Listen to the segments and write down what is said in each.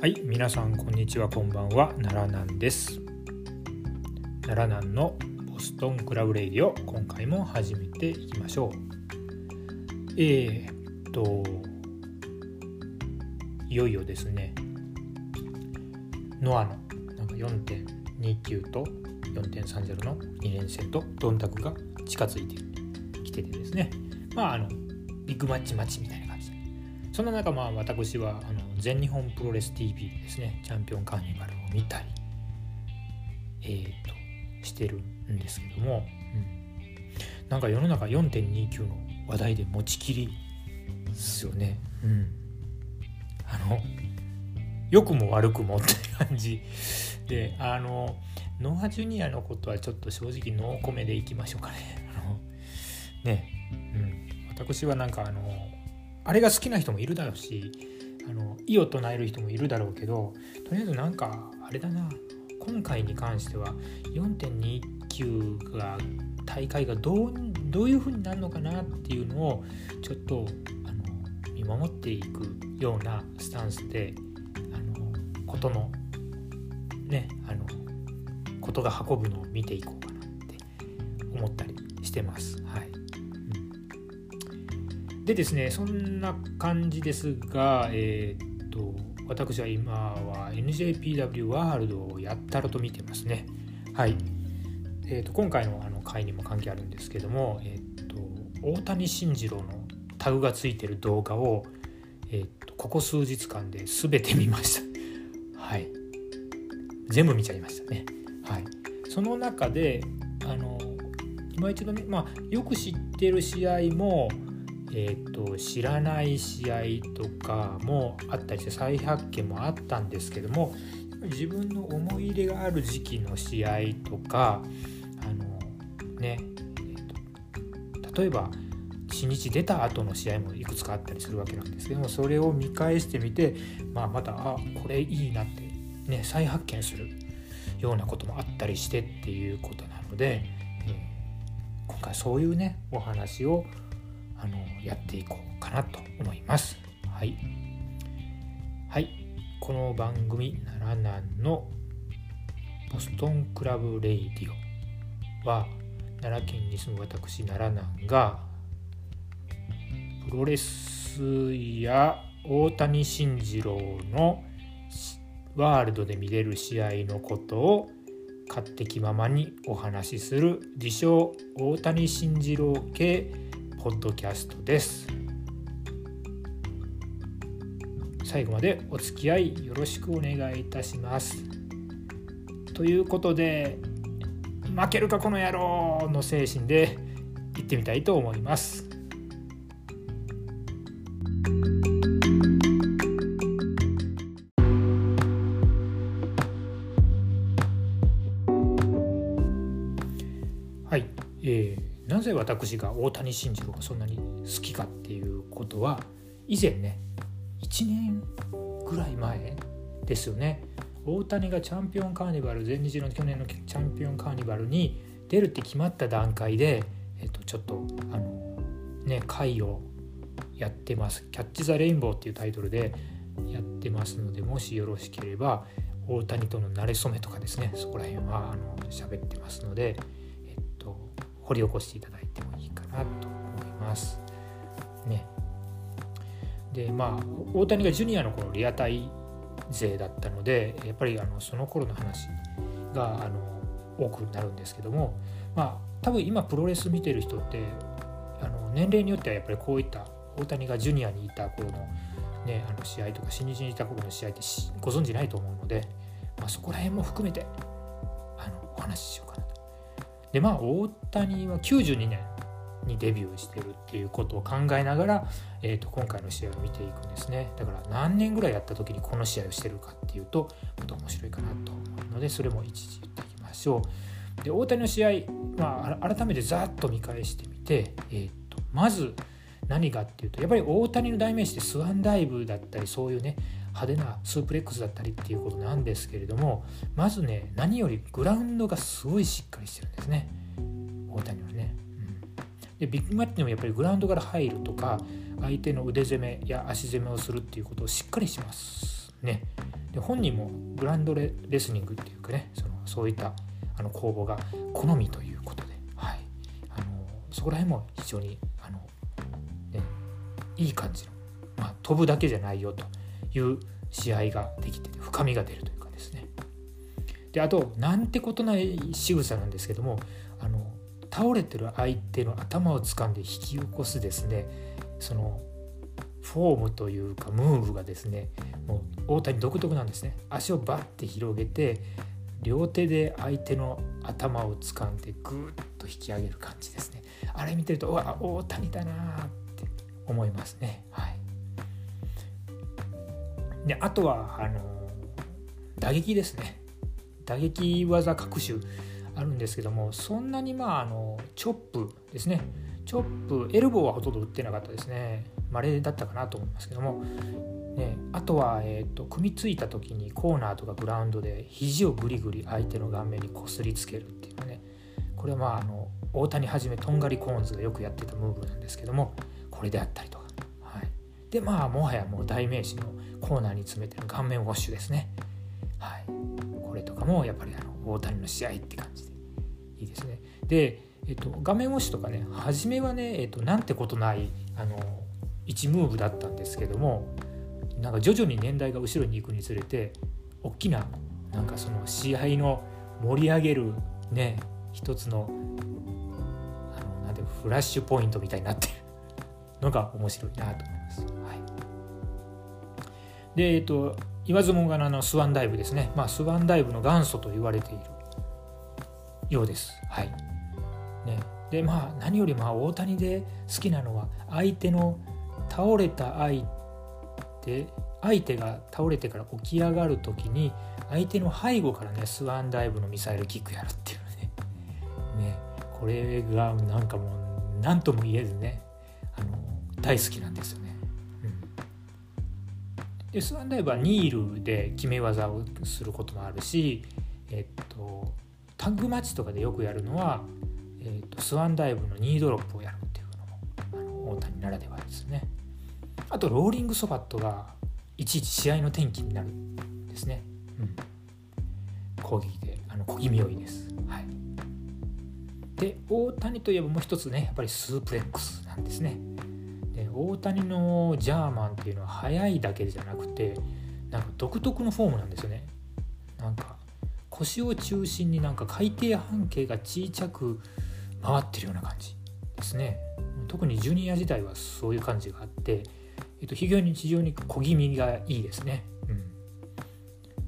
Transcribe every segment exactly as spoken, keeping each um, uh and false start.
はい、皆さんこんにちは、こんばんは。奈良南です。奈良南のボストンクラブレイディオ、今回も始めていきましょう。えーっといよいよですね、ノアのなんか よんてんにきゅう と よんてんさんじゅう のに連戦とドンタクが近づいてきててですね、まああのビッグマッチマッチみたいな感じで、そんな中、まあ私はあの全日本プロレス ティーブイ でですね、チャンピオンカーニバルを見たりえーとしてるんですけども、うん、なんか世の中 よんてんにきゅう の話題で持ちきりですよね。うん、あの良くも悪くもって感じで、あのノアジュニアのことはちょっと正直ノーコメでいきましょうかね。あのね、うん、私はなんかあのあれが好きな人もいるだろうし、あの異を唱える人もいるだろうけど、とりあえずなんかあれだな、今回に関しては よんてんにきゅう が大会がどう、どういう風になるのかなっていうのをちょっとあの見守っていくようなスタンスで、あのことのね、あのことが運ぶのを見ていこうかなって思ったりしてます。はい。でですね、そんな感じですが、えー、っと私は今は エヌジェーピーダブリュー ワールドをやったらと見てますね。はい。えー、っと今回のあの回にも関係あるんですけども、えー、っと大谷慎次郎のタグがついてる動画を、えー、っとここ数日間で全て見ました。はい。全部見ちゃいましたね。はい。その中であの今一度ね、まあよく知ってる試合もえー、と知らない試合とかもあったりして再発見もあったんですけども、自分の思い入れがある時期の試合とか、あのね、えー、と例えば新日出た後の試合もいくつかあったりするわけなんですけども、それを見返してみて、まあ、またあこれいいなって、ね、再発見するようなこともあったりしてっていうことなので、えー、今回そういうねお話をあのやっていこうかなと思います。はい、はい、この番組奈良南のボストンクラブレイディオは、奈良県に住む私奈良南がプロレスや大谷慎次郎のワールドで見れる試合のことを勝手気ままにお話しする自称大谷慎次郎系ポッドキャストです。最後までお付き合いよろしくお願いいたします。ということで、負けるかこの野郎の精神で行ってみたいと思います。はい、えーなぜ私が大谷慎次郎がそんなに好きかっていうことは、以前ねいちねんぐらい前ですよね、大谷がチャンピオンカーニバル、前日の去年のチャンピオンカーニバルに出るって決まった段階で、えっと、ちょっとあのね会をやってます。キャッチ・ザ・レインボーっていうタイトルでやってますので、もしよろしければ大谷との馴れ初めとかですね、そこら辺はあの喋ってますので、掘り起こしていただいてもいいかなと思いますね。で、まあ大谷がジュニアの頃リアタイ勢だったので、やっぱりあのその頃の話があの多くなるんですけども、まあ多分今プロレス見てる人ってあの年齢によってはやっぱりこういった大谷がジュニアにいた頃のね、あの試合とか新日にいた頃の試合ってご存じないと思うので、まあ、そこら辺も含めてあのお話ししようかなと。でまあ大谷はきゅうじゅうにねんにデビューしてるっていうことを考えながら、えーと今回の試合を見ていくんですね。だから何年ぐらいやった時にこの試合をしてるかっていうともっと面白いかなと思うので、それも一時言っていきましょう。で大谷の試合、まあ、改めてざっと見返してみて、えーとまず何がっていうと、やっぱり大谷の代名詞ってスワンダイブだったり、そういうね派手なスープレックスだったりっていうことなんですけれども、まずね何よりグラウンドがすごいしっかりしてるんですね、大谷はね、うん、でビッグマッチでもやっぱりグラウンドから入るとか、相手の腕攻めや足攻めをするっていうことをしっかりしますね。 で本人もグランドレスリングっていうかね、そのそういったあの公募が好みということで、はい、あのそこら辺も非常にあの、ね、いい感じの、まあ、飛ぶだけじゃないよという試合ができてて深みが出るというかですね。であとなんてことない仕草なんですけども、あの倒れてる相手の頭を掴んで引き起こすですね、そのフォームというかムーブがですね、もう大谷独特なんですね。足をバッて広げて両手で相手の頭を掴んでグーッと引き上げる感じですね。あれ見てると、うわ大谷だなって思いますね。はい。であとはあの打撃ですね。打撃技各種あるんですけども、そんなにまああのチョップですね、チョップエルボーはほとんど打ってなかったですね。稀だったかなと思いますけども、ね、あとは、えーと、組みついた時にコーナーとかグラウンドで肘をグリグリ相手の顔面にこすりつけるっていうのはね、これはまああの大谷はじめとんがりコーンズがよくやってたムーブなんですけども、これであったりとか、はい、でまあもはやもう代名詞のコーナーに詰めてる顔面ウォッシュですね。はい、これとかもやっぱりあの大谷の試合って感じでいいですね。で、えっと、画面ウォッシュとかね、初めはね、えっと、なんてことないあのいちムーブだったんですけども、なんか徐々に年代が後ろに行くにつれて大きななんかその試合の盛り上げるね一つのあのなんてフラッシュポイントみたいになってるのが面白いなと思います。はい、で、えっと、言わずもがなのスワンダイブですね。まあスワンダイブの元祖と言われているようです。はい。ね、でまあ何よりまあ大谷で好きなのは相手の倒れた相手相手が倒れてから起き上がるときに相手の背後からねスワンダイブのミサイルキックやるっていうね。ね、これがなんかもう何とも言えずね、あの大好きなんですよね。うん、でスワンダイブはニールで決め技をすることもあるし、えっとタッグマッチとかでよくやるのは、えっとスワンダイブのニードロップをやるっていうのもあの大谷ならではですね。あとローリングソバットがいちいち試合の転機になるんですね。うん、攻撃であの小気味良いです。はい、で大谷といえばもう一つね、やっぱりスープレックスなんですね。で大谷のジャーマンっていうのは速いだけじゃなくて、なんか独特のフォームなんですよね。なんか腰を中心になんか回転半径が小さく回ってるような感じですね。特にジュニア時代はそういう感じがあって、えっと、非常に非常に小気味がいいですね。うん、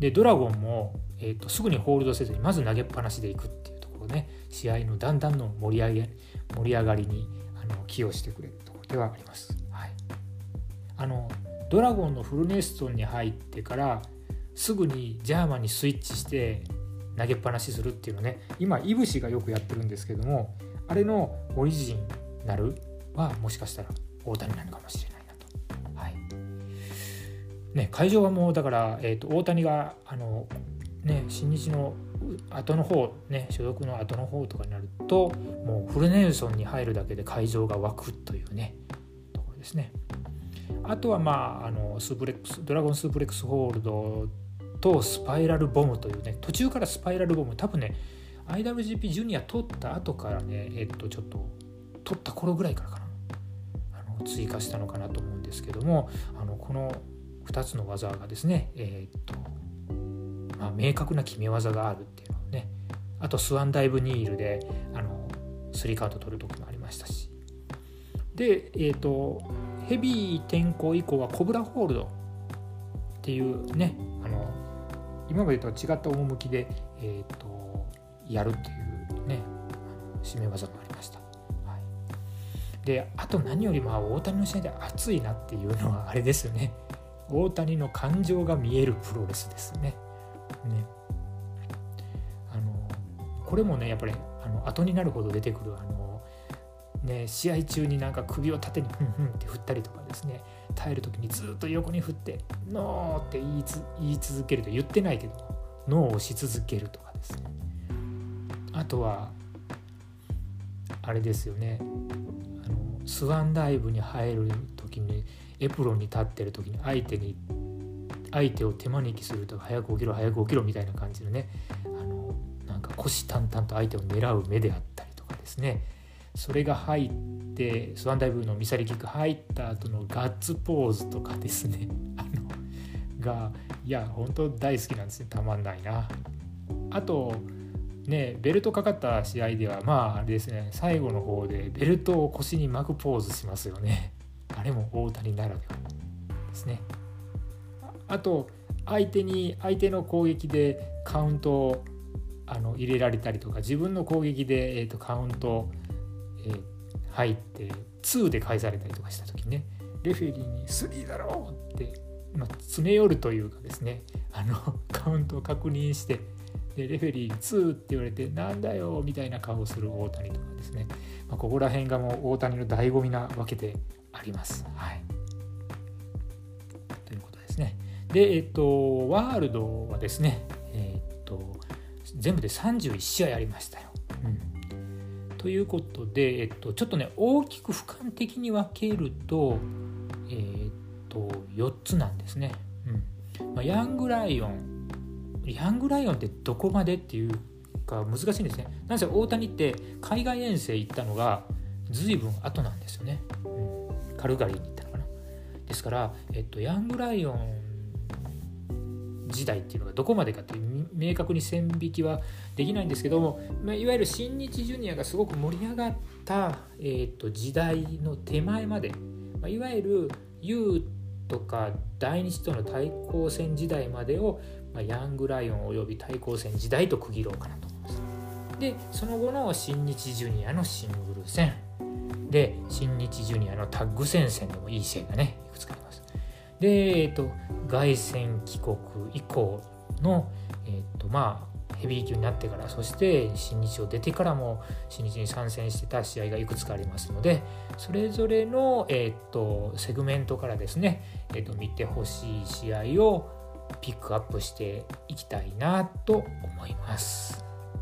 でドラゴンも、えっと、すぐにホールドせずにまず投げっぱなしでいくっていうところね、試合のだんだんの盛り上げ盛り上がりにあの寄与してくれるところではあります。はい、あのドラゴンのフルネストンに入ってからすぐにジャーマンにスイッチして投げっぱなしするっていうのね、今イブシがよくやってるんですけども、あれのオリジンなるはもしかしたら大谷なのかもしれない。ね、会場はもうだから、えーと、大谷があの、ね、新日の後の方、ね、所属の後の方とかになるともうフルネルソンに入るだけで会場が湧くというねところですね。あとはまああのスープレックスドラゴンスープレックスホールドとスパイラルボムというね、途中からスパイラルボム多分ね アイダブリュージーピー ジュニア取った後からね、えっとちょっと取った頃ぐらいからかな、あの追加したのかなと思うんですけども、あのこのふたつの技がですね、えーっとまあ、明確な決め技があるっていうのね。あとスワンダイブニールであのスリーカウント取る時もありましたし、で、えーっとヘビー転向以降はコブラホールドっていうね、あの今までとは違った趣で、えーっとやるっていうね締め技もありました。はい、であと何よりも大谷の試合で熱いなっていうのはあれですよね。大谷の感情が見えるプロレスですね。ね、あのこれもねやっぱりあの後になるほど出てくるあの、ね、試合中になんか首を縦にフンフンって振ったりとかですね、耐える時にずっと横に振ってノーって言いつ言い続けると言ってないけどノーをし続けるとかですね。あとはあれですよね、あのスワンダイブに入る時にエプロンに立ってる時に相手に相手を手招きするとか早く起きろ早く起きろみたいな感じのね、あのなんか虎視眈々と相手を狙う目であったりとかですね、それが入ってスワンダイブのミサイルキック入った後のガッツポーズとかですねあのがいや本当大好きなんですね。たまんないな。あとね、ベルトかかった試合ではまああれですね、最後の方でベルトを腰に巻くポーズしますよね。あれも大谷ならではですね。あと相手に相手の攻撃でカウントをあの入れられたりとか、自分の攻撃で、えー、とカウント、えー、入ってにで返されたりとかした時にね、レフェリーにスリーだろうって、まあ、詰め寄るというかですね、あのカウントを確認してでレフェリーににって言われてなんだよみたいな顔をする大谷とかですね、まあ、ここら辺がもう大谷の醍醐味なわけであります。はい、ということですね。で、えっと、ワールドはですね、えっと、全部でさんじゅういち試合ありましたよ。うん、ということで、えっと、ちょっとね大きく俯瞰的に分けると、えっと、よっつなんですね。うんまあ、ヤングライオンヤングライオンってどこまでっていうか難しいんですね。なんせ大谷って海外遠征行ったのが随分後なんですよね。うん、カルガリーに行ったのかな。ですから、えっと、ヤングライオン時代っていうのがどこまでかっていう明確に線引きはできないんですけども、まあ、いわゆる新日ジュニアがすごく盛り上がった、えー、と時代の手前まで、まあ、いわゆる U とか大日との対抗戦時代までを、まあ、ヤングライオンおよび対抗戦時代と区切ろうかなと思います。でその後の新日ジュニアのシングル戦で新日ジュニアのタッグ戦線でもいい試合がねいくつかあります。で、えー、と凱旋帰国以降の、えーとまあ、ヘビー級になってから、そして新日を出てからも新日に参戦してた試合がいくつかありますので、それぞれの、えー、とセグメントからですね、えー、と見てほしい試合をピックアップしていきたいなと思います。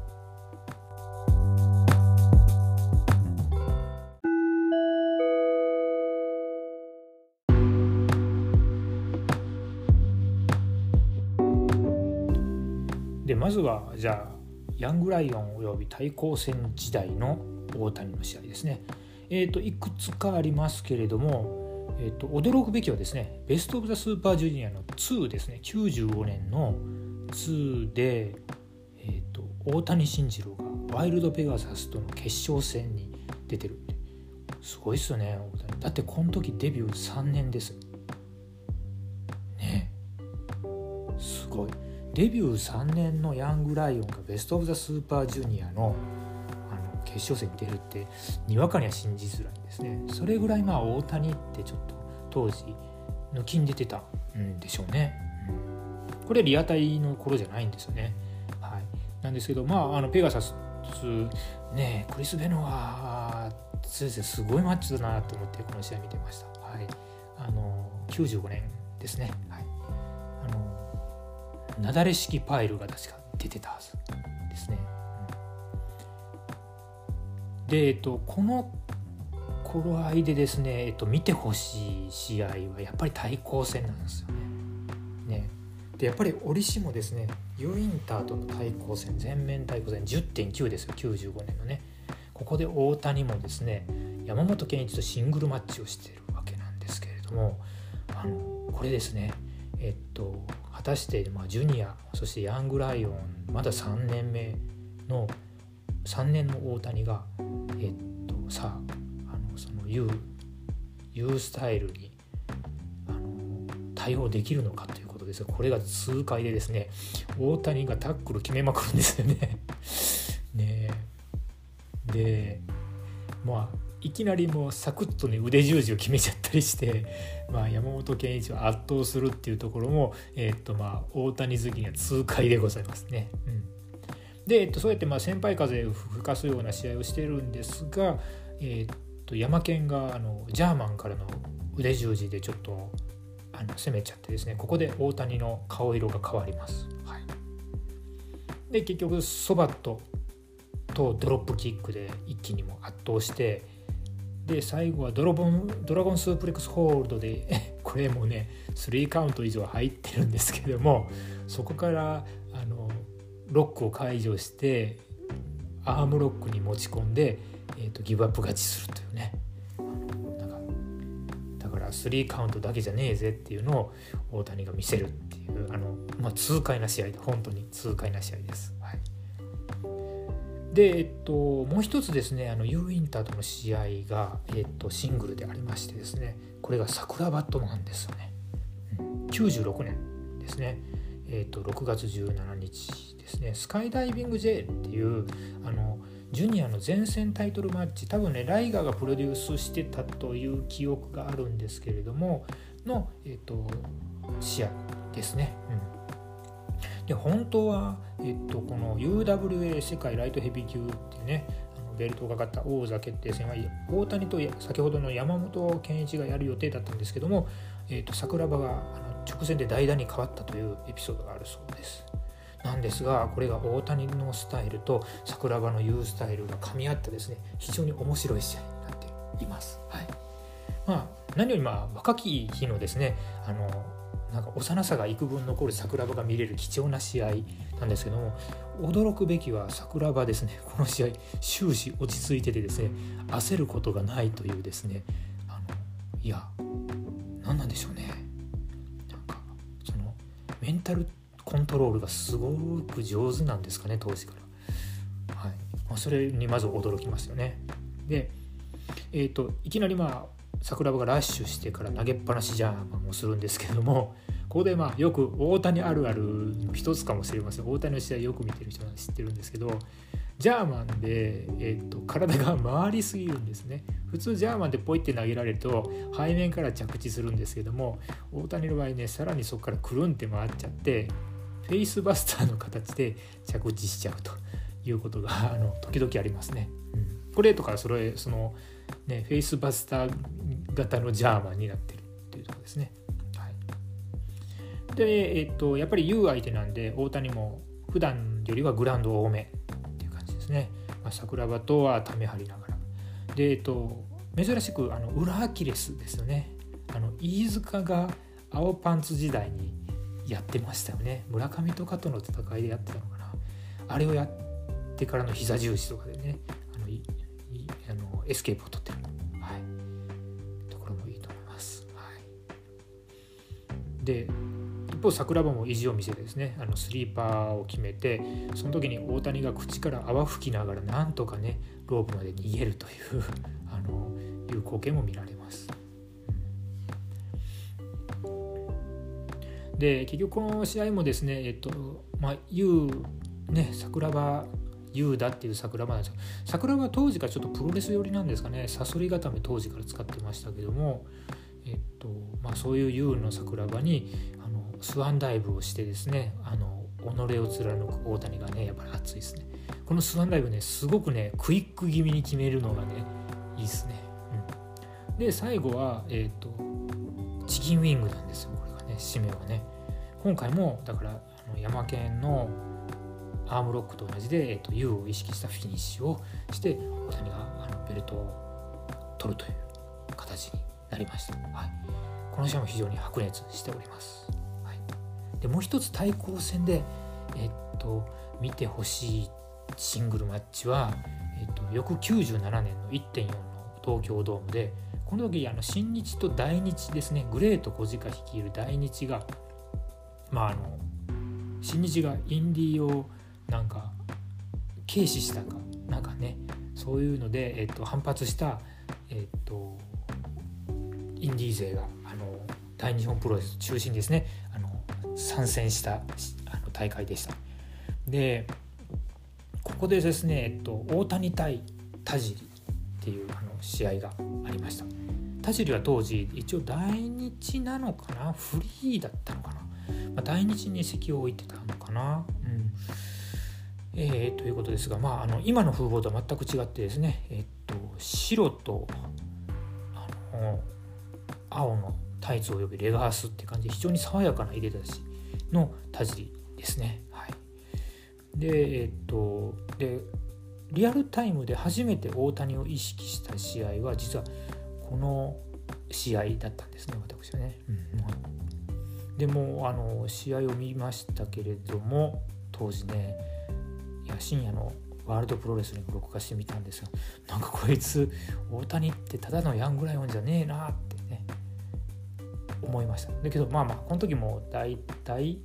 でまずはじゃあヤングライオンおよび対抗戦時代の大谷の試合ですね。えーといくつかありますけれども、えーと驚くべきはですね、ベストオブザスーパージュニアのにですね、きゅうじゅうごねんのにで、えーと大谷慎次郎がワイルドペガサスとの決勝戦に出てるって、すごいっすよね大谷。だってこの時デビューさんねんですね。すごい。デビューさんねんのヤングライオンがベストオブザスーパージュニア の, あの決勝戦に出るってにわかには信じづらいんですね。それぐらいまあ大谷ってちょっと当時抜きん出てたんでしょうね。うん、これリアタイの頃じゃないんですよね。はい、なんですけど、まあ、あのペガサスね、クリス・ベノア先生すごいマッチだなと思ってこの試合見てました。はい、あのきゅうじゅうごねんですね。はい、あのなだれ式パイルが確か出てたはずですね。うん、で、えっと、この頃合いでですね、えっと、見てほしい試合はやっぱり対抗戦なんですよね。ねでやっぱり折しもですね、ユーインターとの対抗戦、全面対抗戦 じゅってんきゅう ですよ、きゅうじゅうごねんのね。ここで大谷もですね、山本健一とシングルマッチをしているわけなんですけれども、あのこれですね、えっと果たして、まあ、ジュニアそしてヤングライオンまださんねんめのさんねんの大谷が、えっとさあのその U, U スタイルにあの対応できるのかということですが、これが痛快でですね、大谷がタックル決めまくるんですよね。ねでまあいきなりもうサクッとね腕十字を決めちゃったりして、まあ、山本健一を圧倒するっていうところも、えーっとまあ、大谷好きには痛快でございますね。うん、で、えっと、そうやってまあ先輩風を吹かすような試合をしてるんですが、えーっと山健があのジャーマンからの腕十字でちょっとあの攻めちゃってですね、ここで大谷の顔色が変わります。はい、で結局ソバットとドロップキックで一気にも圧倒して、で最後はドラゴンドラゴンスープレックスホールドでここれもねスリーカウント以上入ってるんですけども、そこからあのロックを解除してアームロックに持ち込んで、えーと、ギブアップ勝ちするというね、あのなんかだからスリーカウントだけじゃねえぜっていうのを大谷が見せるっていうあの、まあ、痛快な試合で本当に痛快な試合です、はい。で、えっと、もう一つですね、あのユーインターとの試合が、えっと、シングルでありましてですね、これが桜バットマンですよね、うん、きゅうじゅうろくねんですね、えっと、ろくがつじゅうしちにちですね、スカイダイビング J っていうあのジュニアの前線タイトルマッチ、多分ねライガーがプロデュースしてたという記憶があるんですけれどもの、えっと、試合ですね、うん、で本当は、えっと、この ユーダブリューエー 世界ライトヘビー級っていうねあのベルトがかかった王座決定戦は大谷と先ほどの山本健一がやる予定だったんですけども、えっと、桜庭があの直前で代打に変わったというエピソードがあるそうです。なんですが、これが大谷のスタイルと桜庭の U スタイルが噛み合ってですね、非常に面白い試合になっています。はい。まあ何よりまあ若き日のですね、あのなんか幼さが幾分残る桜庭が見れる貴重な試合なんですけども、驚くべきは桜庭ですね。この試合終始落ち着いててですね、焦ることがないというですね、あのいや何なんでしょうね。なんかそのメンタルコントロールがすごく上手なんですかね、当時から、はい。まあ、それにまず驚きますよね。で、えーと、いきなりまあ桜庭がラッシュしてから投げっぱなしジャーマンをするんですけれども、ここでまあよく大谷あるあるの一つかもしれません。大谷の試合よく見てる人は知ってるんですけど、ジャーマンで、えーと、体が回りすぎるんですね。普通ジャーマンでポイって投げられると背面から着地するんですけども、大谷の場合ねさらにそこからくるんって回っちゃってフェイスバスターの形で着地しちゃうということがあの時々ありますね、うん、これとかそれその、ね、フェイスバスター型のジャーマンになってるっていうところですね、はい。で、えっと、やっぱり U 相手なんで大谷も普段よりはグラウンド多めっていう感じですね、まあ、桜庭とはため張りながらで、えっと、珍しくあの裏アキレスですよね。あの飯塚が青パンツ時代にやってましたよね。村上とかとの戦いでやってたのかな。あれをやってからの膝十字とかでね、あのいいあのエスケープを取ってる、はい、ところもいいと思います。はい、で一方桜庭も意地を見せてですね、あのスリーパーを決めて、その時に大谷が口から泡吹きながらなんとかねロープまで逃げるというあのいう光景も見られます。で結局この試合もですね、えっとまあ U ね桜庭 U だっていう桜庭なんですけど、桜庭は当時からちょっとプロレス寄りなんですかね。サソリ固め当時から使ってましたけども、えっとまあそういう U の桜庭にあのスワンダイブをしてですね、あの己を貫く大谷がねやっぱり熱いですね。このスワンダイブねすごくねクイック気味に決めるのがねいいですね、うん、で最後はえっとチキンウィングなんですよ。これがね締めはね、今回もだからあの山県のアームロックと同じで、えっと、U を意識したフィニッシュをして大谷があのベルトを取るという形になりました、はい。この試合も非常に白熱しております、はい。でもう一つ対抗戦で、えっと、見てほしいシングルマッチは、えっと、翌きゅうじゅうななねんの いってんよん の東京ドームで、この時あの新日と大日ですね、グレート小鹿率いる大日が、まああの新日がインディーをなんか軽視したかなんかね、そういうので、えっと、反発した、えっと、インディー勢があの大日本プロレス中心ですね、あの参戦したあの大会でした。でここでですね、えっと、大谷対田尻っていうあの試合がありました。田尻は当時一応大日なのかな、フリーだったのかな、まあ、大日に席を置いてたのかな、うんえー、ということですが、まあ、あの今の風貌とは全く違ってですね、えっと、白とあの青のタイツおよびレガースって感じで非常に爽やかないでたちの田尻ですね、はい。で、えっと、でリアルタイムで初めて大谷を意識した試合は実はこの試合だったんですね、私はね。うん、でもあの試合を見ましたけれども、当時ね、いや深夜のワールドプロレスリング録画してみたんですが、なんかこいつ大谷ってただのヤングライオンじゃねえなってね思いました。だけどまあまあこの時もだいたい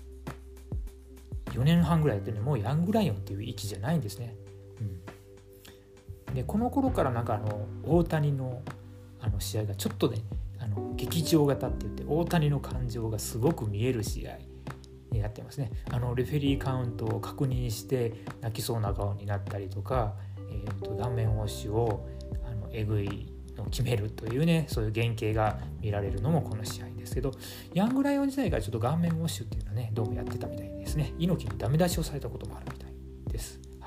よねんはんぐらいやってるのに、もうヤングライオンっていう域じゃないんですね。うん、でこの頃からなんかあの大谷のあの試合がちょっとね、あの劇場型って言って大谷の感情がすごく見える試合になってますね。あのレフェリーカウントを確認して泣きそうな顔になったりとか、えー、と顔面押しをあのえぐいのを決めるというね、そういう原型が見られるのもこの試合ですけど、ヤングライオン時代からちょっと顔面ウォッシュっていうのはね、どうもやってたみたいですね。猪木にダメ出しをされたこともあるみたいです。はい、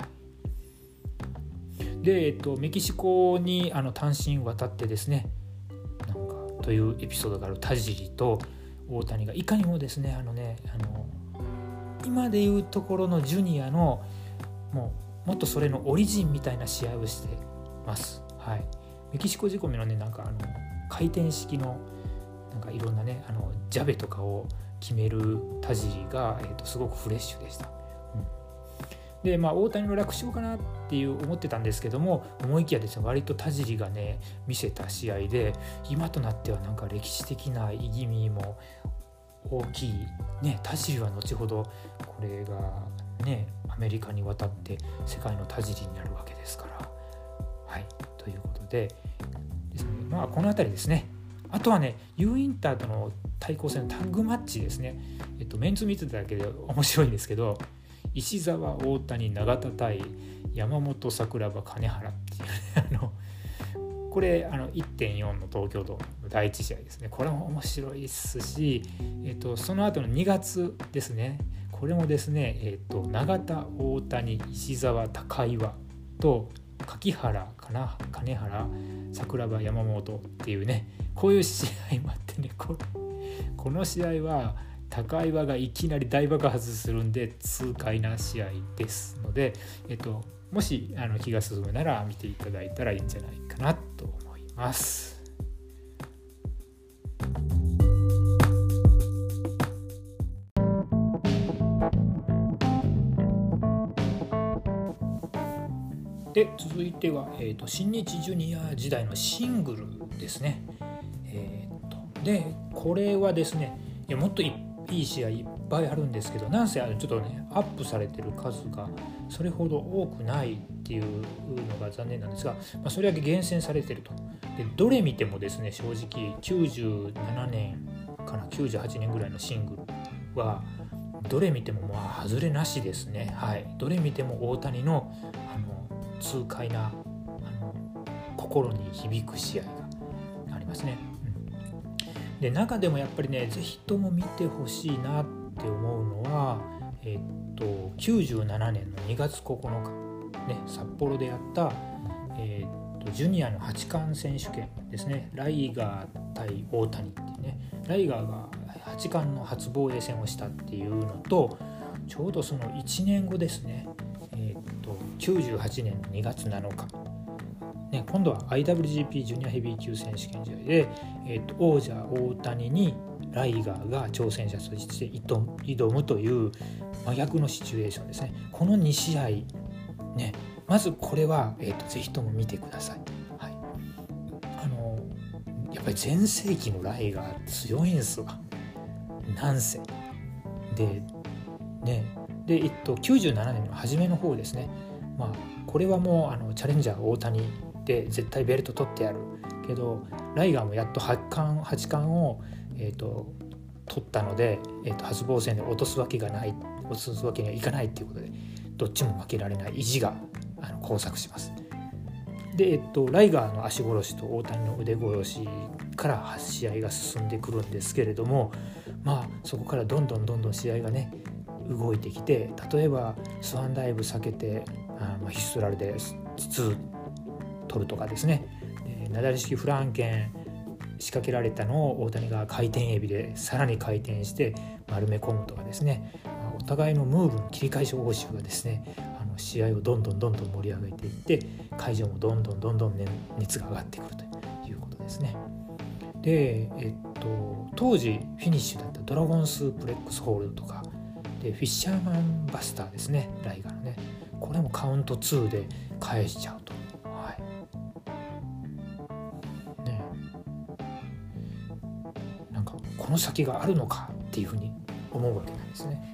で、えっと、メキシコにあの単身渡ってですね、なんかというエピソードがある田尻と大谷がいかにもですね、あのね、あの今でいうところのジュニアのもうもっとそれのオリジンみたいな試合をしてます。はい、メキシコ仕込みのね、なんかあの回転式のなんかいろんなね、あのジャベとかを決める田尻が、えーと、すごくフレッシュでした。うん、で、まあ大谷の楽勝かなっていう思ってたんですけども、思いきやですね、割と田尻がね見せた試合で、今となってはなんか歴史的な意義味も大きいね。田尻は後ほどこれがねアメリカに渡って世界の田尻になるわけですから。はい、ということでですね、まあこの辺りですね。あとはね、ユーインターとの対抗戦のタッグマッチですね。えっとメンツ見てただけで面白いんですけど、石澤、大谷、永田対山本、桜庭、金原っていう、ね、あのこれあの いってんよん の東京ドームのだいいち試合ですね。これも面白いですし、えっと、その後のにがつですね。これもですね、えっと、永田、大谷、石澤、高岩と柿原かな、金原、桜庭、山本っていうね、こういう試合もあってね、こ, この試合は高岩がいきなり大爆発するんで痛快な試合ですので、えっともしあの気が進むなら見ていただいたらいいんじゃないかなと思います。で、続いては、えーと、新日ジュニア時代のシングルですね。えーと、で、これはですね、いやもっといい試合いっぱいあるんですけど、なんせちょっとねアップされてる数がそれほど多くないっていうのが残念なんですが、まあ、それだけ厳選されてると。で、どれ見てもですね、正直きゅうじゅうななねんかなきゅうじゅうはちねんぐらいのシングルはどれ見てもまあ外れなしですね。はい、どれ見ても大谷のあの痛快なあの心に響く試合がありますね。うん、で、中でもやっぱりね、ぜひとも見てほしいなって思うのは、えっときゅうじゅうななねんのにがつここのか、ね、札幌でやった、えっとジュニアの八冠選手権ですね。ライガー対大谷っていうね、ライガーが八冠の初防衛戦をしたっていうのと、ちょうどそのいちねんごですね。えー、ときゅうじゅうはちねんのにがつなのか、ね、今度は アイダブリュージーピー ジュニアヘビー級選手権試合で、えー、と王者大谷にライガーが挑戦者として挑むという真逆のシチュエーションですね。このに試合、ね、まずこれは、えー、とぜひとも見てください。はい、あのやっぱり全盛期のライガー強いんですわ。なんせでねで、えっと、きゅうじゅうななねんの初めの方ですね。まあ、これはもうあのチャレンジャー大谷で絶対ベルト取ってやるけど、ライガーもやっと八冠、八冠を、えー、と取ったので、えー、と初防戦で落とすわけがない、落とすわけにはいかないということで、どっちも負けられない意地があの交錯します。で、えっと、ライガーの足殺しと大谷の腕殺しから試合が進んでくるんですけれども、まあそこからどんどんどんどん試合がね動いてきて、例えばスワンダイブ避けてあ、まあ、ヒストラルで筒取るとかですね、でなだれ式フランケン仕掛けられたのを大谷が回転エビでさらに回転して丸め込むとかですね、まあ、お互いのムーブの切り返し応酬がですね、あの試合をどんどんどんどん盛り上げていって、会場もどんどんどんどん、ね、熱が上がってくるということですね。 で、えっと、当時フィニッシュだったドラゴンスープレックスホールドとかでフィッシャーマンバスターですね、ライガーのね、これもカウントツーで返しちゃうと、はいね、なんかこの先があるのかっていうふうに思うわけなんですね。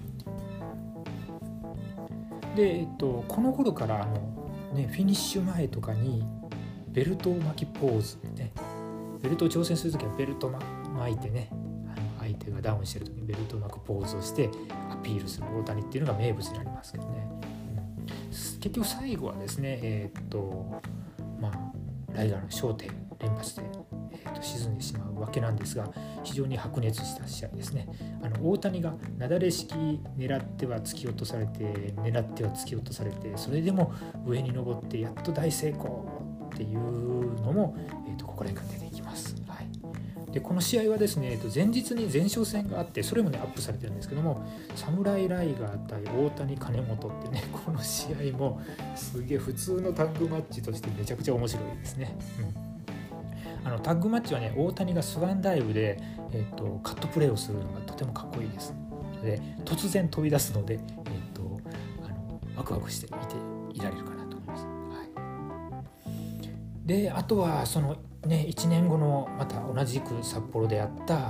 で、えっと、この頃からあの、ね、フィニッシュ前とかにベルトを巻きポーズでね、ベルトを挑戦するときはベルトを巻いてね、あの相手がダウンしてるときにベルトを巻くポーズをしてアピールする大谷っていうのが名物になりますけどね、うん、結局最後はですね、えー、っとまあライガーの焦点連発で、えー、っと沈んでしまうわけなんですが、非常に白熱した試合ですね。あの大谷がなだれ式狙っては突き落とされて狙っては突き落とされて、それでも上に登ってやっと大成功っていうのも、えー、とここら辺から出てきます。はい、でこの試合はですね、えー、と前日に前哨戦があって、それもねアップされてるんですけども、サムライライガー対大谷金本ってね、この試合もすげえ普通のタッグマッチとしてめちゃくちゃ面白いですね。うんあのタッグマッチはね、大谷がスワンダイブで、えー、とカットプレーをするのがとてもかっこいいです。で突然飛び出すので、えー、とあのワクワクしていていられるかなと思います。はい、であとはその、ね、いちねんごのまた同じく札幌であった、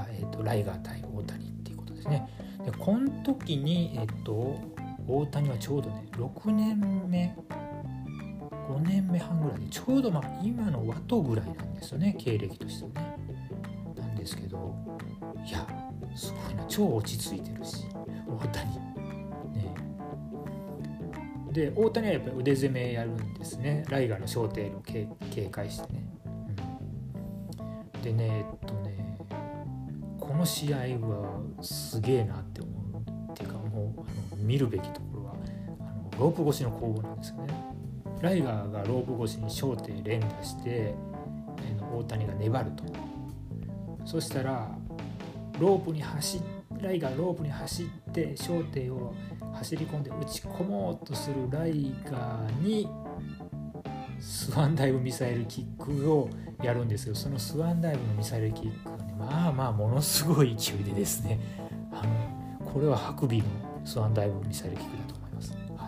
えー、とライガー対大谷っていうことですね。でこの時に、えー、と大谷はちょうどねろくねんめごねんめはんぐらいで、ちょうどまあ今のワトぐらいなんですよね、経歴としてはね。なんですけど、いやすごいな、超落ち着いてるし大谷ね。で大谷はやっぱり腕攻めやるんですね、ライガーの小艇を警戒してね、うん、でねえっとねこの試合はすげえなって思うっていうか、もうあの見るべきところはあのロープ越しの攻防なんですよね。ライガーがロープ越しに小艇連打して、大谷が粘ると。そしたらロープに走ライガーロープに走って小艇を走り込んで打ち込もうとするライガーにスワンダイブミサイルキックをやるんですよ。そのスワンダイブのミサイルキックがね、まあまあものすごい勢いでですね、あのこれはハクビのスワンダイブミサイルキックだと思います。はい、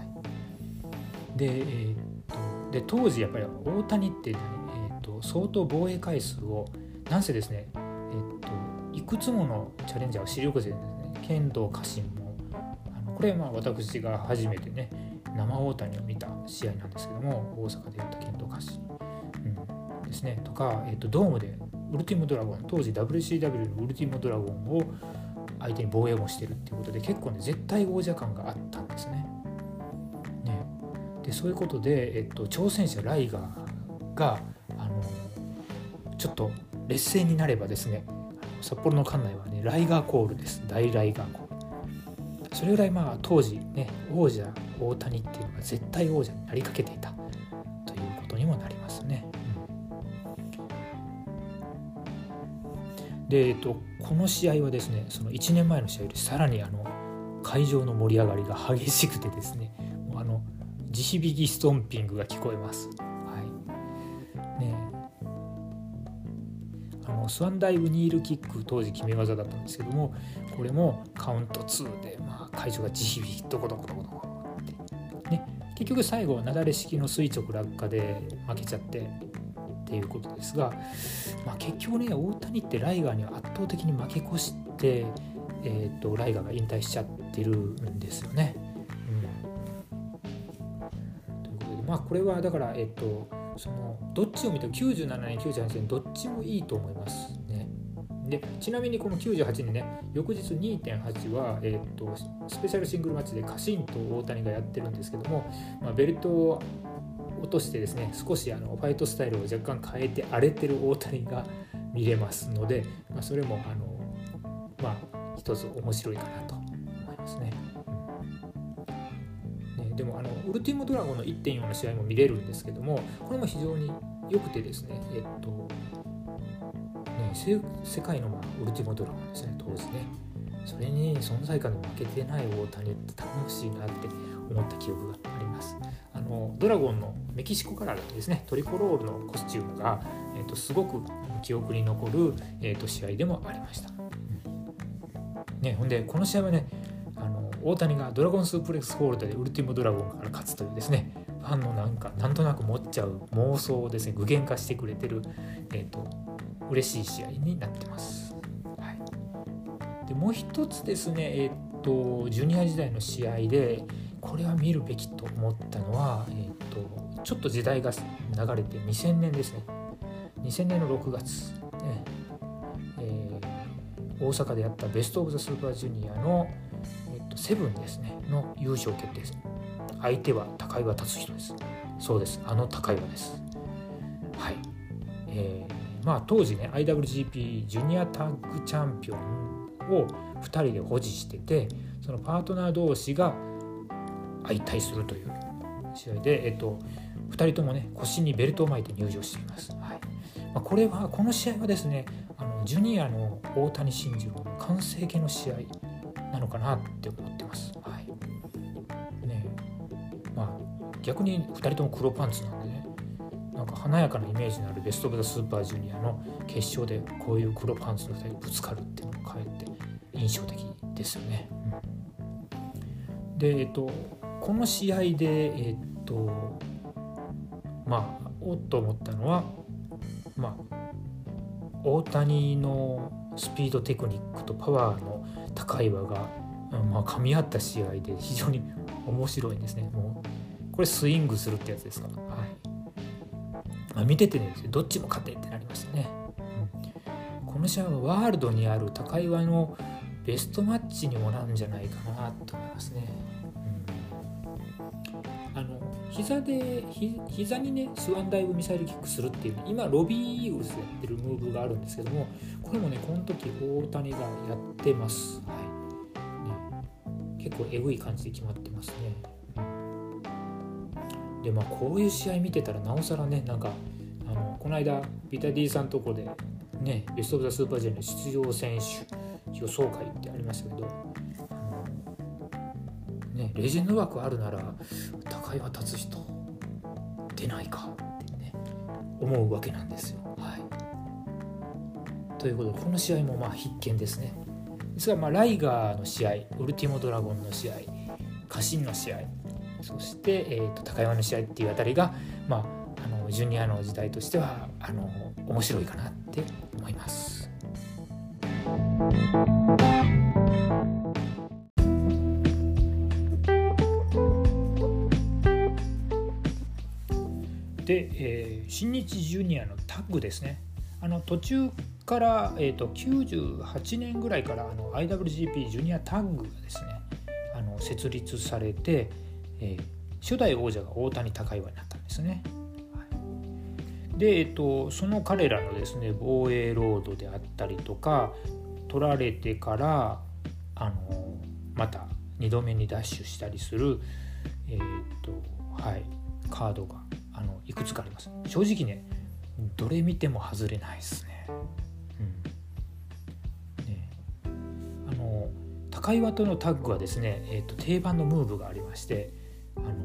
で、えーで当時やっぱり大谷って、ねえー、と相当防衛回数をなんせですね、えー、といくつものチャレンジャーを知力勢でですね、剣道家臣もあのこれはまあ私が初めてね生大谷を見た試合なんですけども、大阪でやった剣道家臣、うん、ですねとか、えー、とドームでウルティモドラゴン、当時 ダブリューシーダブリュー のウルティモドラゴンを相手に防衛もしてるっていうことで、結構ね絶対王者感があったんですね。でそういうことで、えっと、挑戦者ライガーがあのちょっと劣勢になればですね、札幌の館内はねライガーコールです。大ライガーコール。それぐらいまあ当時ね王者大谷っていうのが絶対王者になりかけていたということにもなりますね。うん、で、えっと、この試合はですね、そのいちねんまえの試合よりさらにあの会場の盛り上がりが激しくてですね、もうあの地響きストンピングが聞こえます。はいね、あのスワンダイブニールキック当時決め技だったんですけども、これもカウントツーで、まあ、会場が地響きドコドコドコドコって、ね、結局最後はなだれ式の垂直落下で負けちゃってっていうことですが、まあ、結局ね大谷ってライガーには圧倒的に負け越して、えー、とライガーが引退しちゃってるんですよね。まあ、これはだから、えっと、そのどっちを見てもきゅうじゅうななねんきゅうじゅうはちねんどっちもいいと思いますね。でちなみにこのきゅうじゅうはちねんね、翌日 にてんはち は、えっと、スペシャルシングルマッチで家臣と大谷がやってるんですけども、まあ、ベルトを落としてですね、少しあのファイトスタイルを若干変えて荒れてる大谷が見れますので、まあ、それもあの、まあ、一つ面白いかなと思いますね。でもあのウルティモドラゴンの いってんよん の試合も見れるんですけども、これも非常に良くてですね、えっとね、世界の、まあ、ウルティモドラゴンですね、当時ね、それに存在感で負けてない大谷って頼もしいなって思った記憶があります。あのドラゴンのメキシコカラーだとですね、トリコロールのコスチュームが、 えー、とすごく記憶に残る、えー、と試合でもありました、ね、ほんでこの試合はね、あの大谷がドラゴンスープレックスホールドでウルティモドラゴンから勝つというですね、ファンのなんかなんとなく持っちゃう妄想をですね具現化してくれてる、えー、と嬉しい試合になってます、はい、でもう一つですね、えー、とジュニア時代の試合でこれは見るべきと思ったのは、えー、とちょっと時代が流れてにせんねんですね。にせんねんのろくがつ、ねえー、大阪でやったベストオブザスーパージュニアの、えー、とセブンですねの優勝決定です。相手は高岩達人です。そうです、あの高岩です。はい、えー、まあ当時ね アイダブリュージーピー ジュニアタッグチャンピオンをふたりで保持してて、そのパートナー同士が相対するという試合で、えっと、ふたりともね腰にベルトを巻いて入場しています、はい。まあ、これはこの試合はですね、あのジュニアの大谷慎次郎の完成形の試合なのかなって思ってます、はいね。まあ逆にふたりとも黒パンツなんでね、なんか華やかなイメージのあるベストオブザスーパージュニアの決勝でこういう黒パンツのふたりぶつかるっていうのがかえって印象的ですよね、うん、でえっとこの試合でえっとまあおっと思ったのは、まあ大谷のスピードテクニックとパワーの高い輪が、まあ、噛み合った試合で非常に面白いんですね。もうこれスイングするってやつですか、はい。まあ、見ててねどっちも勝てってなりましたね、うん、この試合はワールドにある高い輪のベストマッチにもなるんじゃないかなと思いますね。あの膝でひ膝にねスワンダイブミサイルキックするっていう、今ロビーイーグルスでやってるムーブがあるんですけども、これもねこの時大谷がやってます、はいね、結構エグい感じで決まってますね。でまあこういう試合見てたらなおさらね、なんかあのこの間ビタディさんのとこでねベストオブザスーパージュニアの出場選手予想会ってありましたけど、ね、レジェンド枠あるなら高岩達人出ないかってね思うわけなんですよ、はい。ということでこの試合もまあ必見ですね。ですがまあライガーの試合、ウルティモドラゴンの試合、家臣の試合、そして、えー、と高岩の試合っていうあたりが、まあ、あのジュニアの時代としてはあの面白いかなって思います。で、えー、新日ジュニアのタッグですね。あの途中から、えー、ときゅうじゅうはちねんぐらいからあの アイダブリュージーピー ジュニアタッグがですねあの設立されて、えー、初代王者が大谷高岩になったんですね。はい、で、えー、とその彼らのですね防衛ロードであったりとか取られてからあのまたにどめにダッシュしたりする、えーとはい、カードがあのいくつかあります。正直ねどれ見ても外れないですね。うん、ねあの高岩とのタッグはですね、えーと、定番のムーブがありまして、あの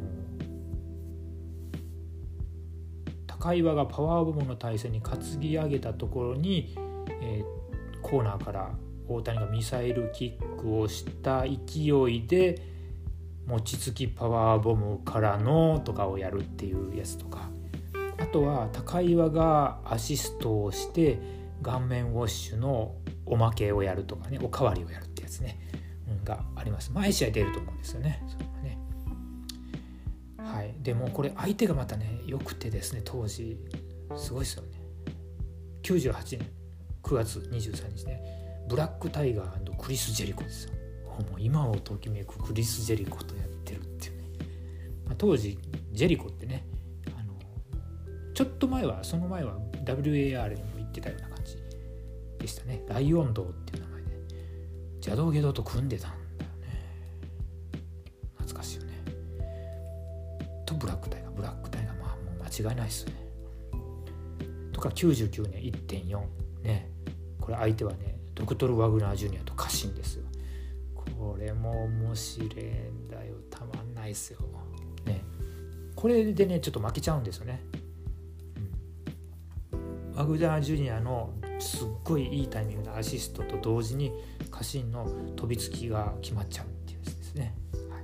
高岩がパワーボムの体勢に担ぎ上げたところに、えー、コーナーから大谷がミサイルキックをした勢いで餅つきパワーボムからのとかをやるっていうやつとか、あとは高岩がアシストをして顔面ウォッシュのおまけをやるとかね、おかわりをやるってやつね、うん、があります。毎試合出ると思うんですよね。それはね、はい。でもこれ相手がまたね良くてですね、当時すごいですよね。きゅうじゅうはちねんくがつにじゅうさんにちね、ブラックタイガー&クリス・ジェリコですよ。もう今をときめくクリス・ジェリコとやってるっていうね、まあ、当時ジェリコってね、あのちょっと前はその前は ダブリューエーアール にも行ってたような感じでしたね。ライオン堂っていう名前で邪道ゲドと組んでたんだよね。懐かしいよね。とブラックタイガーブラックタイガーまあもう間違いないっすよね。とかきゅうじゅうきゅうねん いってんよん ね、これ相手はねドクトル・ワグナー・ジュニアと家臣ですよ。これも面白いんだよ、たまんないですよ、ね、これでねちょっと負けちゃうんですよね、うん、 マグダージュニアのすっごいいいタイミングでアシストと同時に家臣の飛びつきが決まっちゃうっていうやつですね、はい、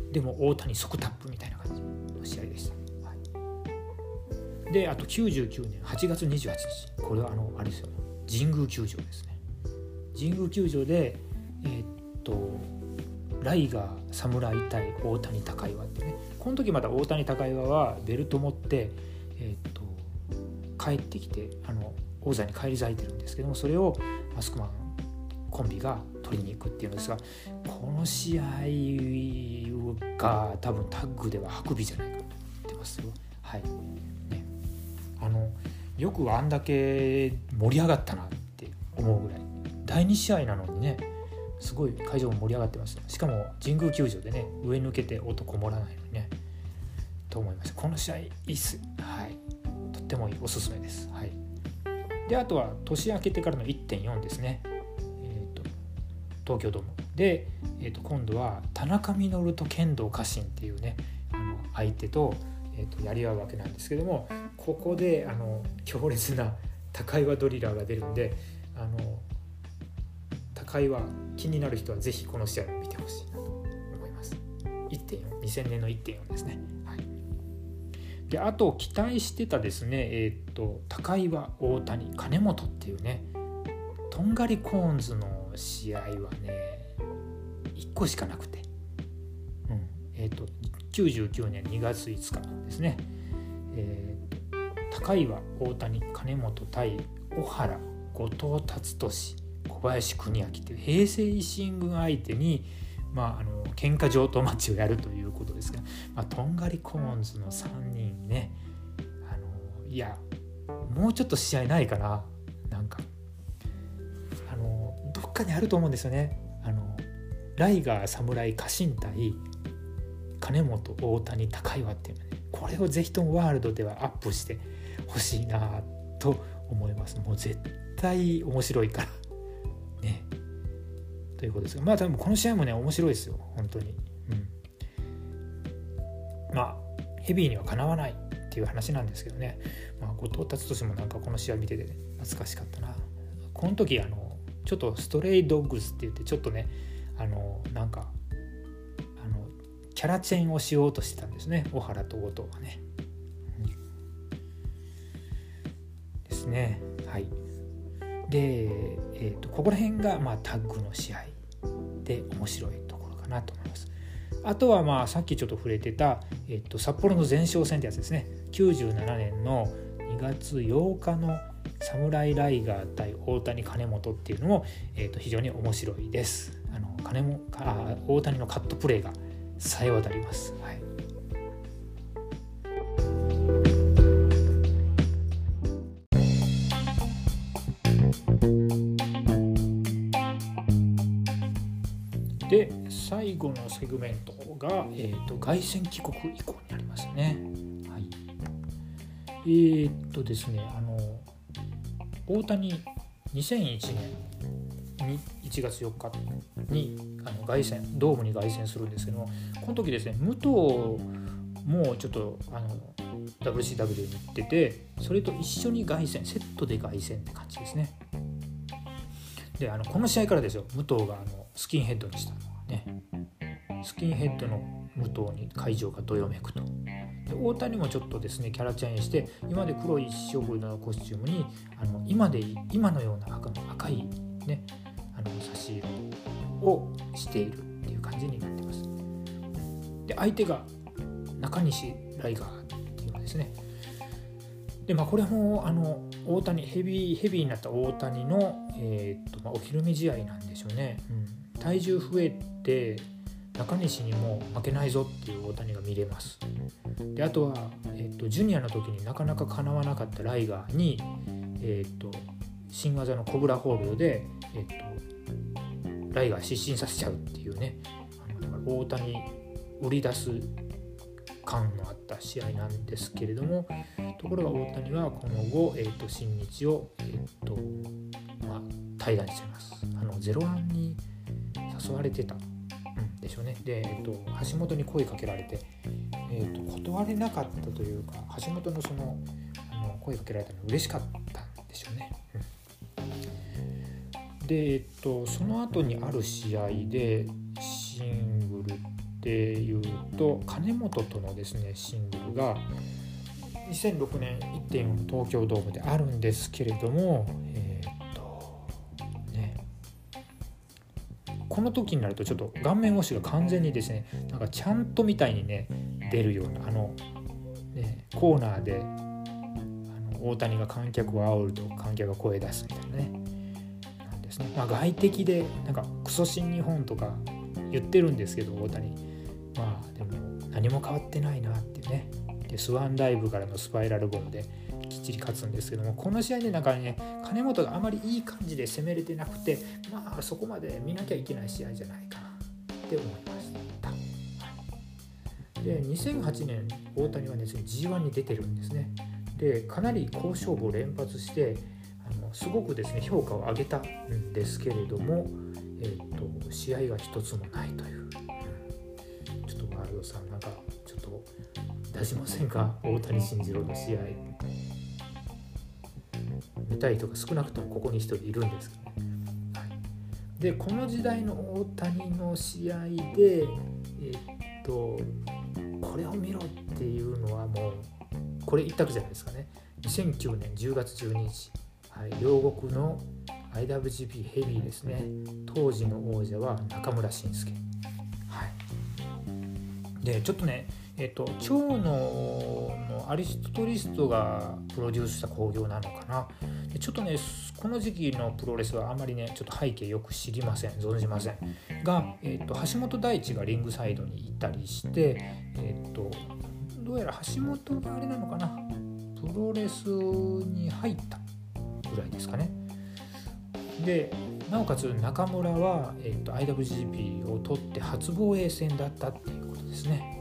でも大谷即タップみたいな感じの試合でした、はい、であときゅうじゅうきゅうねんはちがつにじゅうはちにち、これはあのあれですよ、神宮球場ですね。神宮球場でえー、っとライガー侍対大谷高岩ってね、この時まだ大谷高岩はベルト持って、えー、っと帰ってきてあの王座に返り咲いてるんですけども、それをマスクマンコンビが取りに行くっていうんですが、この試合が多分タッグではハクビじゃないかと言ってますよ。はい、ね、あのよくあんだけ盛り上がったなって思うぐらい、だいに試合なのにね、すごい会場も盛り上がってます。しかも神宮球場でね、上抜けて音こもらないのにねと思いました。この試合いいっす、はい、とってもいい、おすすめです。はい、であとは年明けてからの いってんよん ですね、えー、と東京ドームで、えー、と今度は田中稔と剣道家臣っていうね、あの相手と、えー、とやり合うわけなんですけども、ここであの強烈な高岩ドリラーが出るんで、あの高岩気になる人はぜひこの試合を見てほしいなと思います。 いってんよん、にせんねんの いってんよん ですね、はい、であと期待してたですね、えー、と高岩、大谷、金本っていうね、とんがりコーンズの試合はねいっこしかなくて、うんえー、ときゅうじゅうきゅうねんにがついつかですね、えー、と高岩、大谷、金本対小原、後藤達俊、小林邦明っていう平成維新軍相手に、まあ、あの喧嘩上等マッチをやるということですが、まあ、とんがりコーンズのさんにんね、あのいやもうちょっと試合ないかな、なんかあのどっかにあると思うんですよね。あのライガー、侍、家臣対金本、大谷、高岩っていうのね、これをぜひともワールドではアップしてほしいなと思います。もう絶対面白いからね、ということですが、まあ多分この試合もね面白いですよ本当に、うん、まあヘビーにはかなわないっていう話なんですけどね、まあ、後藤達俊もなんかこの試合見てて、ね、懐かしかったな。この時あのちょっとストレイドッグスって言ってちょっとね、あのなんかあのキャラチェンをしようとしてたんですね、小原と後藤はね、うん、ですね。はい、で、えー、とここら辺が、まあ、タッグの試合で面白いところかなと思います。あとは、まあ、さっきちょっと触れてた、えー、と札幌の前哨戦ってやつですね。きゅうじゅうななねんのにがつようかの侍ライガー対大谷金本っていうのも、えー、と非常に面白いです。あの金もあ大谷のカットプレーが冴え渡ります。はい、で最後のセグメントが、えー、と凱旋帰国以降になりますね。はい、えー、っとですねあの大谷にせんいちねんにいちがつよっかにあの凱旋ドームに凱旋するんですけども、この時ですね武藤もちょっとあの ダブリューシーダブリュー に行ってて、それと一緒に凱旋セットで凱旋って感じですね。であのこの試合からですよ、武藤があのスキンヘッドにしたのはね、スキンヘッドの武藤に会場がどよめくと。で大谷もちょっとですねキャラチェンして、今まで黒い一色のコスチュームにあの 今で今のような 赤, 赤いねあの差し色をしているっていう感じになっています。で相手が中西ライガーっていうのですね。でまあこれもあの大谷ヘビーヘビーになった大谷の、えーっとまあ、お披露目試合なんでしょうね、うん、体重増えて中西にも負けないぞっていう大谷が見れます。であとは、えーっとジュニアの時になかなか叶わなかったライガーに、えーっと新技のコブラホールドで、えーっとライガー失神させちゃうっていうね、あのだから大谷売り出す感のあった試合なんですけれども、ところが大谷はこの後、えー、と新日を、えーとまあ、退団しちゃいます。あのゼロワンに誘われてたんでしょうね。で、えー、と橋本に声かけられて、えー、と断れなかったというか、橋本のその、あの声かけられたのは嬉しかったんでしょうね。うん、で、えっと、その後にある試合でシングルっていうと金本とのですねシングルがにせんろくねん いってんよん の東京ドームであるんですけれども、えーっとね、この時になるとちょっと顔面押しが完全にですねなんかちゃんとみたいにね出るようなあの、ね、コーナーであの大谷が観客を煽ると観客が声出すみたいなねなんですね。まあ、外敵でなんかクソ新日本とか言ってるんですけど大谷まあでも何も変わってないなっていうね。でスワンダイブからのスパイラルボムできっちり勝つんですけども、この試合でなんかね金本があまりいい感じで攻めれてなくて、まあそこまで見なきゃいけない試合じゃないかなって思いました。はい、でにせんはちねん大谷はね ジーワン に出てるんですね。でかなり好勝負を連発してあのすごくですね評価を上げたんですけれども、えー、と試合が一つもないという、ちょっとワールドさんなんかちょっと出しませんか、大谷慎次郎の試合見たい人が少なくともここに一人いるんですけどね。はい、でこの時代の大谷の試合でえー、っとこれを見ろっていうのはもうこれ一択じゃないですかね。にせんきゅうねんじゅうがつじゅうににち、はい、両国の アイダブリュージーピー ヘビーですね。当時の王者は中村慎介。はい、でちょっとねえっと、長野のアリストリストがプロデュースした興行なのかな。でちょっとねこの時期のプロレスはあんまりねちょっと背景よく知りません存じませんが、えっと、橋本大地がリングサイドにいたりして、えっと、どうやら橋本があれなのかなプロレスに入ったぐらいですかね。でなおかつ中村は、えっと、アイダブリュージーピー を取って初防衛戦だったっていうことですね。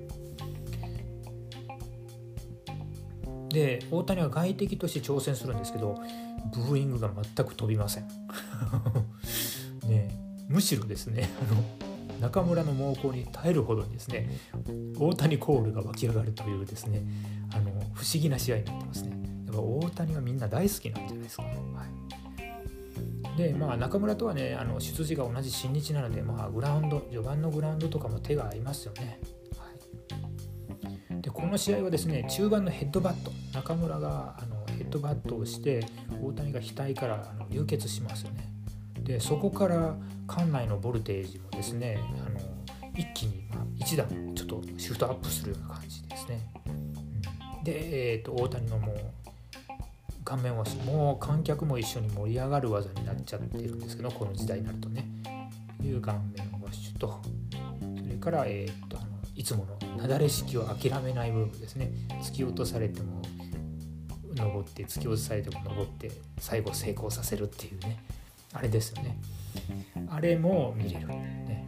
で大谷は外敵として挑戦するんですけどブーイングが全く飛びませんね、むしろですねあの中村の猛攻に耐えるほどにですね大谷コールが湧き上がるというですねあの不思議な試合になってますね。だから大谷はみんな大好きなんじゃないですか、はい、でまあ中村とはねあの出自が同じ新日なので、まあ、グラウンド序盤のグラウンドとかも手が合いますよね。でこの試合はですね中盤のヘッドバット中村があのヘッドバットをして大谷が額からあの流血しますよね。でそこから館内のボルテージもですねあの一気に、まあ、一段ちょっとシフトアップするような感じですね。うん、で、えー、と大谷のもう顔面押しもう観客も一緒に盛り上がる技になっちゃってるんですけどこの時代になるとねいう顔面押しとそれから、えー、とあのいつものなだれ式を諦めない部分ですね。突き落とされても登って突き落とされても登って最後成功させるっていうねあれですよね。あれも見れるね。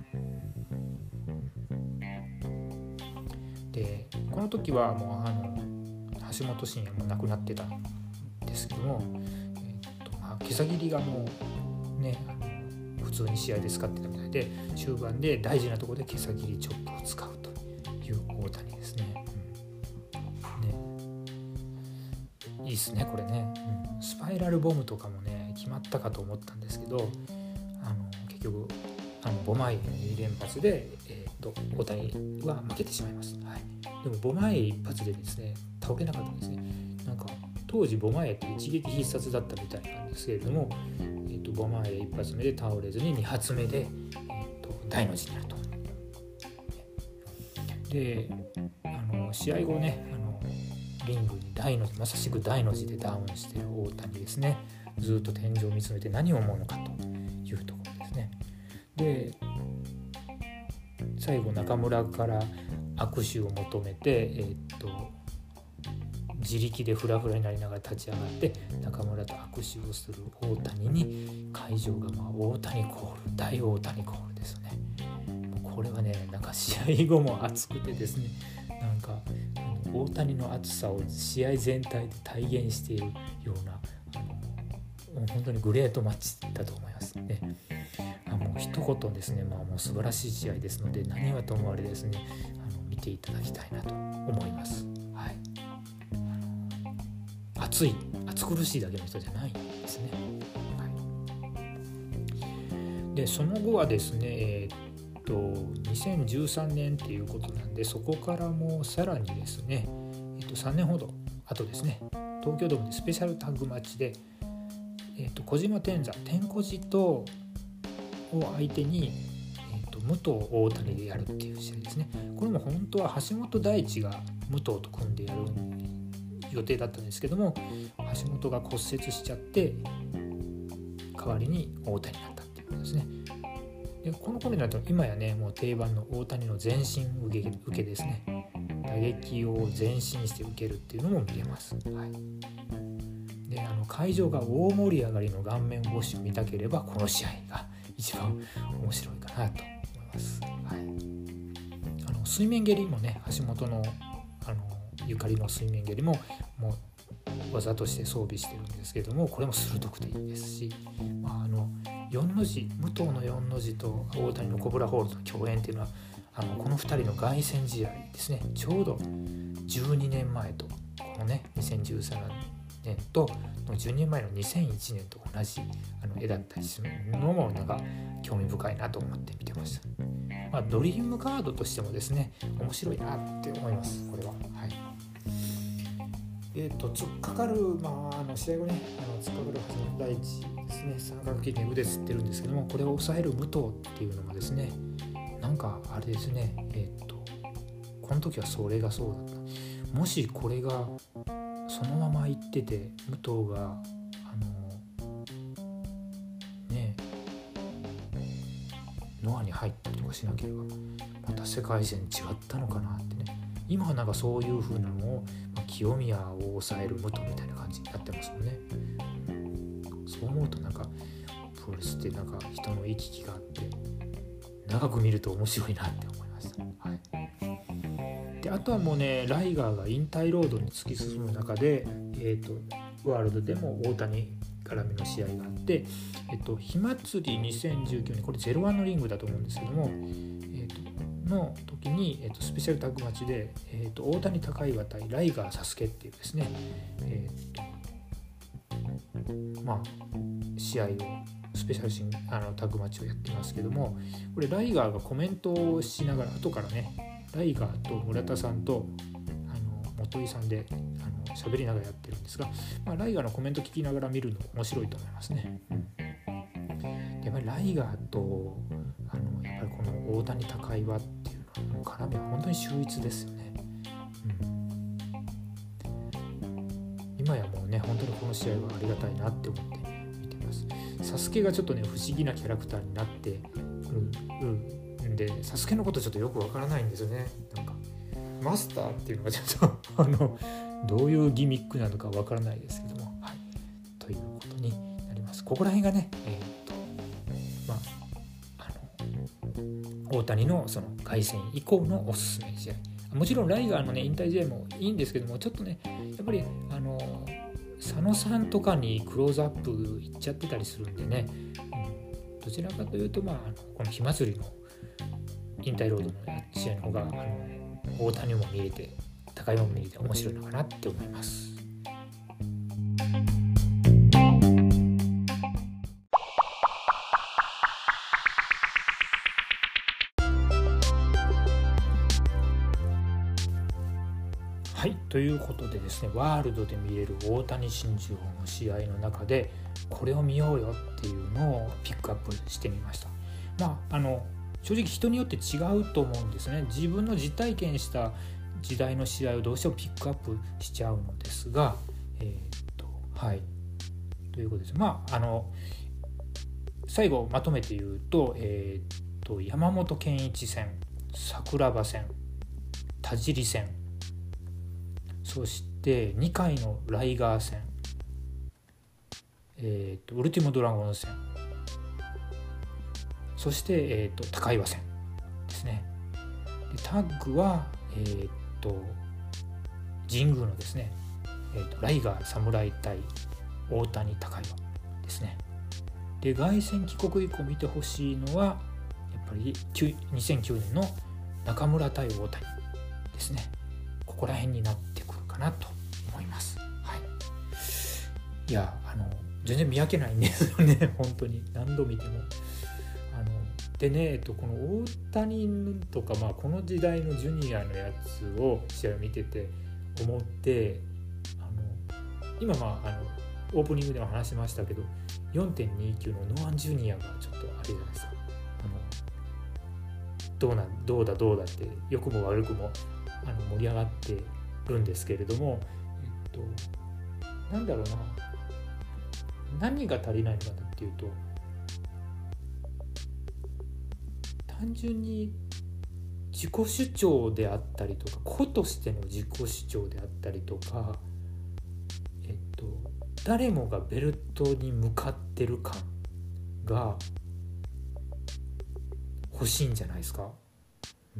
でこの時はもうあの橋本真也も亡くなってたんですけども、えーとまあ、毛先切りがもうねあの普通に試合で使ってたみたいで終盤で大事なところで毛先切りチョップを使うという大谷ですね。うん、ねいいっすねこれね、うん。スパイラルボムとかもね決まったかと思ったんですけどあの結局あのボマイに連発で、えー、と大谷は負けてしまいます。はい、でもボマイ一発でですね倒れなかったんですね。なんか当時ボマイって一撃必殺だったみたいなんですけれども、えー、とボマイ一発目で倒れずに二発目で、えー、と大の字になると。であの試合後ねあのリングに大の字まさしく大の字でダウンしている大谷ですね。ずっと天井を見つめて何を思うのかというところですね。で最後中村から握手を求めて、えー、っと自力でフラフラになりながら立ち上がって中村と握手をする大谷に会場がまあ大谷コール大大谷コールですよね。これはねなんか試合後も熱くてですねなんかあの大谷の熱さを試合全体で体現しているようなあのもう本当にグレートマッチだと思いますね。あもう一言ですね、まあ、もう素晴らしい試合ですので何はともあれですねあの見ていただきたいなと思います。はい、あの暑い暑苦しいだけの人じゃないんですね。はい、でその後はですね、えー、っとにせんじゅうさんねんっていうことなんで、そこからもうさらにですね、えー、っとさんねんほど後ですね、東京ドームでスペシャルタッグマッチで、えー、と小島天座天小路とを相手に、えー、と武藤大谷でやるっていう試合ですね。これも本当は橋本大地が武藤と組んでやる予定だったんですけども、橋本が骨折しちゃって代わりに大谷になったっていうことですね。でこの頃になると今やね、もう定番の大谷の全身受け、受けですね。打撃を前進して受けるっていうのも見れます。はい、であの会場が大盛り上がりの顔面ウォッシュを見たければ、この試合が一番面白いかなと思います。はい、あの水面蹴りもね、橋本の、あのゆかりの水面蹴りももう技として装備してるんですけれども、これも鋭くていいですし、まあ、あのよんの字武藤のよんの字と大谷のコブラホールドの共演っていうのは、あのこのふたりの凱旋試合ですね。ちょうどじゅうにねんまえと、このねにせんじゅうさんねんとじゅうにねんまえのにせんいちねんと同じあの絵だったりするのもなんか興味深いなと思って見てました。まあ、ドリームガードとしてもですね、面白いなって思います。これは、はい、えーと突っかかる、まあ、あの試合後ね、あの突っかかる橋本大地ですね、三角筋に腕つってるんですけども、これを抑える武藤っていうのもですね、なんかあれですね、えっとこの時はそれがそうだった。もしこれがそのままいってて、武藤があのねノアに入ったりとかしなければ、また世界線違ったのかなってね。今はなんかそういう風なのを、まあ、清宮を抑える武藤みたいな感じになってますもんね。そう思うとなんかプロレスってなんか人の行き来があって、長く見ると面白いなって思いました。はい、であとはもうね、ライガーが引退ロードに突き進む中で、えーと、ワールドでも大谷絡みの試合があって、えーと、火祭りにせんじゅうきゅうねん、これゼロワンのリングだと思うんですけども、えーと、の時に、えーと、スペシャルタッグマッチで、えーと、大谷高岩対ライガーサスケっていうですね、えーと、まあ試合をスペシャルシンあのタッグマッチをやってますけども、これライガーがコメントをしながら、後からねライガーと村田さんとあの元井さんであの喋りながらやってるんですが、まあ、ライガーのコメント聞きながら見るの面白いと思いますね。うん、やっぱりライガーとあのやっぱりこの大谷高岩っていうのの絡みは本当に秀逸ですよね。うん、今やもうね、本当にこの試合はありがたいなって思って見てます。サスケがちょっとね不思議なキャラクターになってくるんで、サスケのことちょっとよくわからないんですよね。なんかマスターっていうのがちょっとあのどういうギミックなのかわからないですけども、はい、ということになります。ここら辺がね、えーとまあ、あの大谷のその凱旋以降のおすすめ試合、もちろんライガーのね引退試合もいいんですけども、ちょっとねやっぱりあの佐野さんとかにクローズアップいっちゃってたりするんでね、うん、どちらかというと、まあ、あのこの火祭りの引退ロードの試合の方があの大谷も見れて高岩も見れて面白いのかなって思います。はい、ということでですね、ワールドで見れる大谷慎次郎の試合の中でこれを見ようよっていうのをピックアップしてみました。まああの正直人によって違うと思うんですね。自分の実体験した時代の試合をどうしてもピックアップしちゃうのですが、えー、っとはいということです。まああの最後まとめて言うと、えー、っと山本健一戦、桜庭戦、田尻戦、そしてにかいのライガー戦、えー、とウルティモドラゴン戦、そして、えー、と高岩戦ですね。でタッグは、えー、と神宮のですね、えー、とライガー侍対大谷高岩ですね。で凱旋帰国以降見てほしいのはやっぱりにせんきゅうねんの中村対大谷ですね。ここら辺になってくるかなと思います。はい、 いやあの全然見分けないんですよね本当に何度見ても。あのでね、えっと、この大谷とか、まあ、この時代のジュニアのやつを試合を見てて思って、あの今まああのオープニングでも話しましたけど よんてんにきゅう のノアンジュニアがちょっとあれじゃないですか、あのどうなんどうだどうだって良くも悪くもあの盛り上がってるんですけれども、えっとなんだろうな、何が足りないのかっていうと、単純に自己主張であったりとか、個としての自己主張であったりとか、えっと誰もがベルトに向かってる感が欲しいんじゃないですか。うん、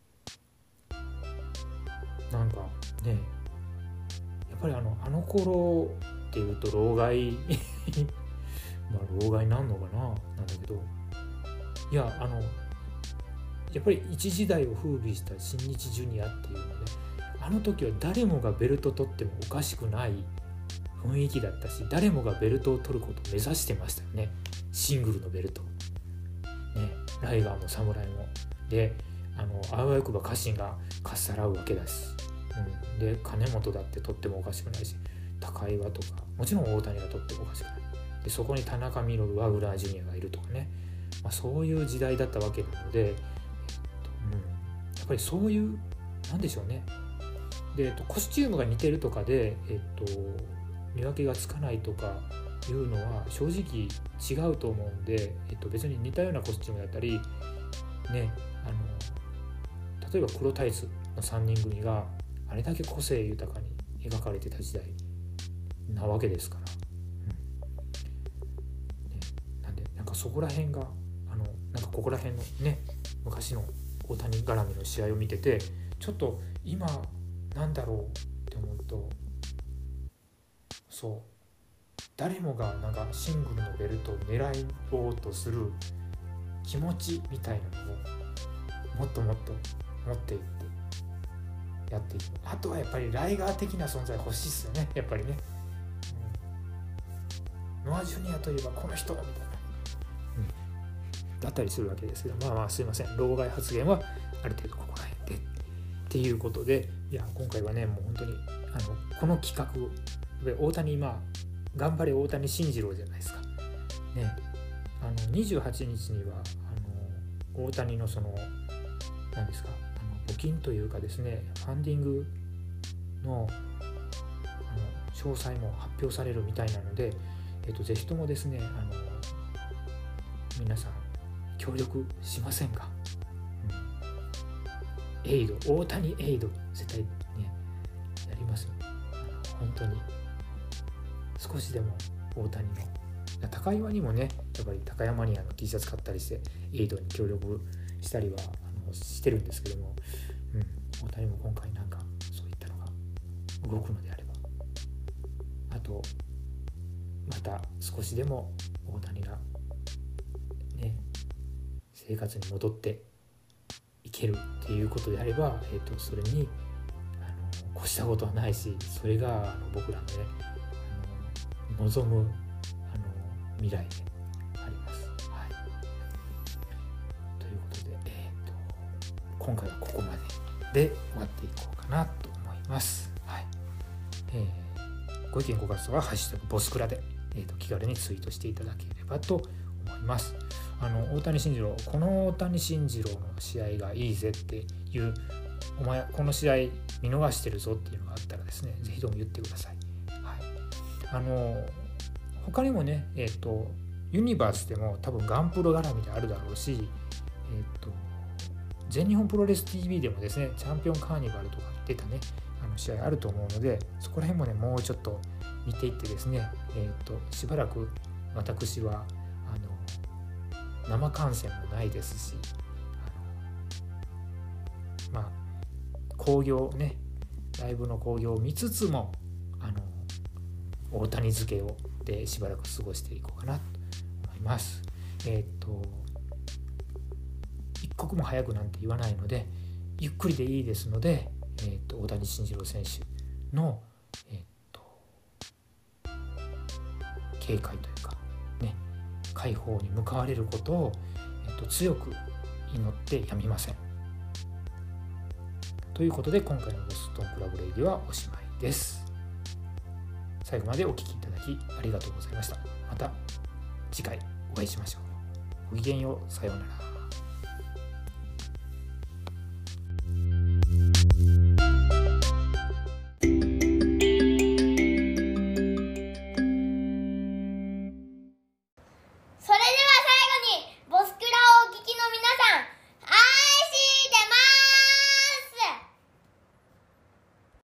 なんかね、やっぱりあのあの頃っていうと老害まあ老害なんのかななんだけど、いやあのやっぱり一時代を風靡した新日ジュニアっていうので、あの時は誰もがベルト取ってもおかしくない雰囲気だったし、誰もがベルトを取ることを目指してましたよね。シングルのベルト、ね、ライガーも侍もで、あのあわよくば家臣がかっさらうわけだし、うん、で金本だって取ってもおかしくないし、高岩とかもちろん大谷が取ってもおかしくない、でそこに田中稔は浦和ジュニアがいるとかね、まあ、そういう時代だったわけなので、えっとうん、やっぱりそういうなんでしょうね。で、えっと、コスチュームが似てるとかで、えっと、見分けがつかないとかいうのは正直違うと思うんで、えっと、別に似たようなコスチュームだったりね、あの例えば黒タイツのさんにん組があれだけ個性豊かに描かれてた時代なわけですから、うんね、なんでなんかそこら辺があのなんかここら辺のね昔の大谷絡みの試合を見てて、ちょっと今なんだろうって思うと、そう誰もがなんかシングルのベルトを狙おうとする気持ちみたいなのをもっともっと持っていってやっていく。あとはやっぱりライガー的な存在欲しいですよね、やっぱりね、うん、ノアジュニアといえばこの人みたいな、うん、だったりするわけですけど、まあまあすいません、老害発言はある程度ここら辺でっていうことで、いや今回はねもう本当にあのこの企画を大谷今頑張れ大谷慎次郎じゃないですかね。あのにじゅうはちにちにはあの大谷のその何ですか、あの募金というかですね、ファンディング の, あの詳細も発表されるみたいなので、えっと、ぜひともですね、あの皆さん協力しませんか、うん、エイド、大谷エイド絶対ねやりますよ。本当に少しでも大谷の高岩にもね、やっぱり高山にあの T シャツ買ったりしてエイドに協力したりはあのしてるんですけども、うん、大谷も今回なんかそういったのが動くのであれば、あとまた少しでも大谷がね生活に戻っていけるっていうことであれば、えーと、それにあの越したことはないし、それがあの僕らのねあの望むあの未来であります。はい、ということで、えーと、今回はここまでで終わっていこうかなと思います。はい、えー、ご意見ご感想はハッシュタグボスクラで、えーと、気軽にツイートしていただければと思います。あの大谷慎次郎、この大谷慎次郎の試合がいいぜっていう、お前この試合見逃してるぞっていうのがあったらですね、ぜひとも言ってください。はい、あの他にもね、えーと、ユニバースでも多分ガンプロ絡みであるだろうし、えーと、全日本プロレス ティーブイ でもですね、チャンピオンカーニバルとか出たねあの試合あると思うので、そこら辺もねもうちょっと見ていってですね、えーと、しばらく私はあの生観戦もないですし、あのまあ興行ね、ライブの興行を見つつもあの大谷漬けをでしばらく過ごしていこうかなと思います。えっと一刻も早くなんて言わないので、ゆっくりでいいですので、えっと大谷慎次郎選手の、えっと警戒というかね、解放に向かわれることを、えっと、強く祈ってやみません。ということで今回のボストンクラブレイディはおしまいです。最後までお聞きいただきありがとうございました。また次回お会いしましょう。ごきげんよう。さようなら。